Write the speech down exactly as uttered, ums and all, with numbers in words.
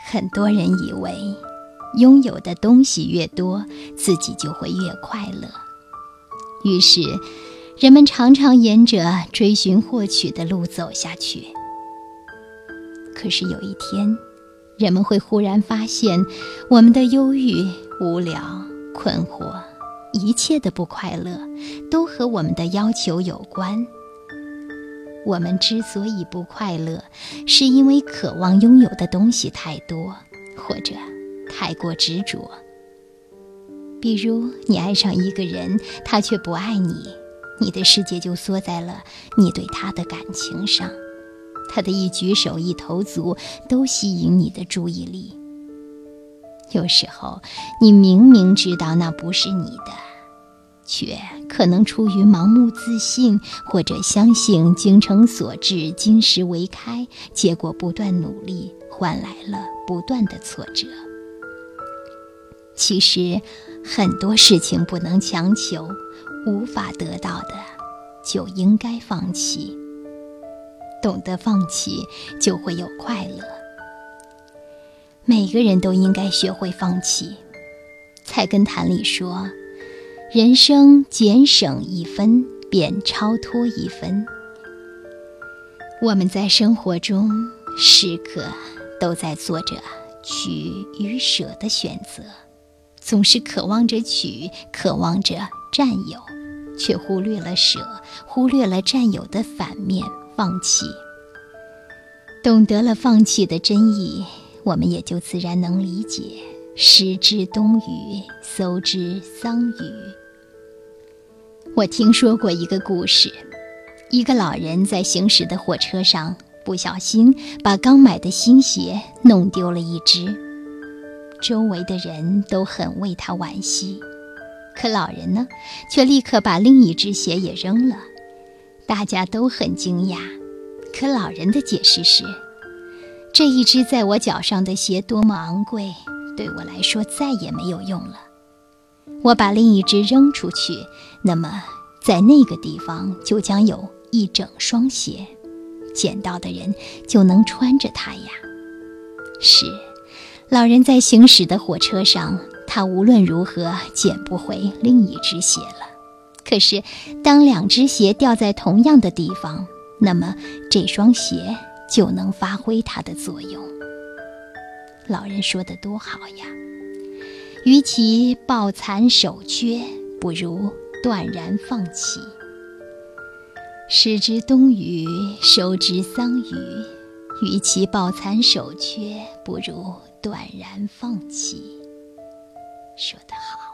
很多人以为拥有的东西越多，自己就会越快乐，于是人们常常沿着追寻获取的路走下去。可是有一天，人们会忽然发现，我们的忧郁、无聊、困惑，一切的不快乐，都和我们的要求有关。我们之所以不快乐，是因为渴望拥有的东西太多，或者太过执着。比如你爱上一个人，他却不爱你，你的世界就缩在了你对他的感情上，他的一举手一投足都吸引你的注意力。有时候你明明知道那不是你的，却可能出于盲目自信，或者相信精诚所至，金石为开，结果不断努力换来了不断的挫折。其实很多事情不能强求，无法得到的就应该放弃，懂得放弃就会有快乐。每个人都应该学会放弃。菜根谭里说，人生减省一分，便超脱一分。我们在生活中时刻都在做着取与舍的选择，总是渴望着取，渴望着占有，却忽略了舍，忽略了占有的反面，放弃。懂得了放弃的真意，我们也就自然能理解失之东隅，搜之桑榆。我听说过一个故事，一个老人在行驶的火车上，不小心把刚买的新鞋弄丢了一只。周围的人都很为他惋惜，可老人呢，却立刻把另一只鞋也扔了。大家都很惊讶，可老人的解释是，这一只在我脚上的鞋多么昂贵，对我来说再也没有用了。我把另一只扔出去，那么在那个地方就将有一整双鞋，捡到的人就能穿着它呀。是，老人在行驶的火车上，他无论如何捡不回另一只鞋了。可是当两只鞋掉在同样的地方，那么这双鞋就能发挥它的作用。老人说得多好呀，与其抱残守缺，不如断然放弃。失之东隅，收之桑榆，与其抱残守缺，不如断然放弃。说得好。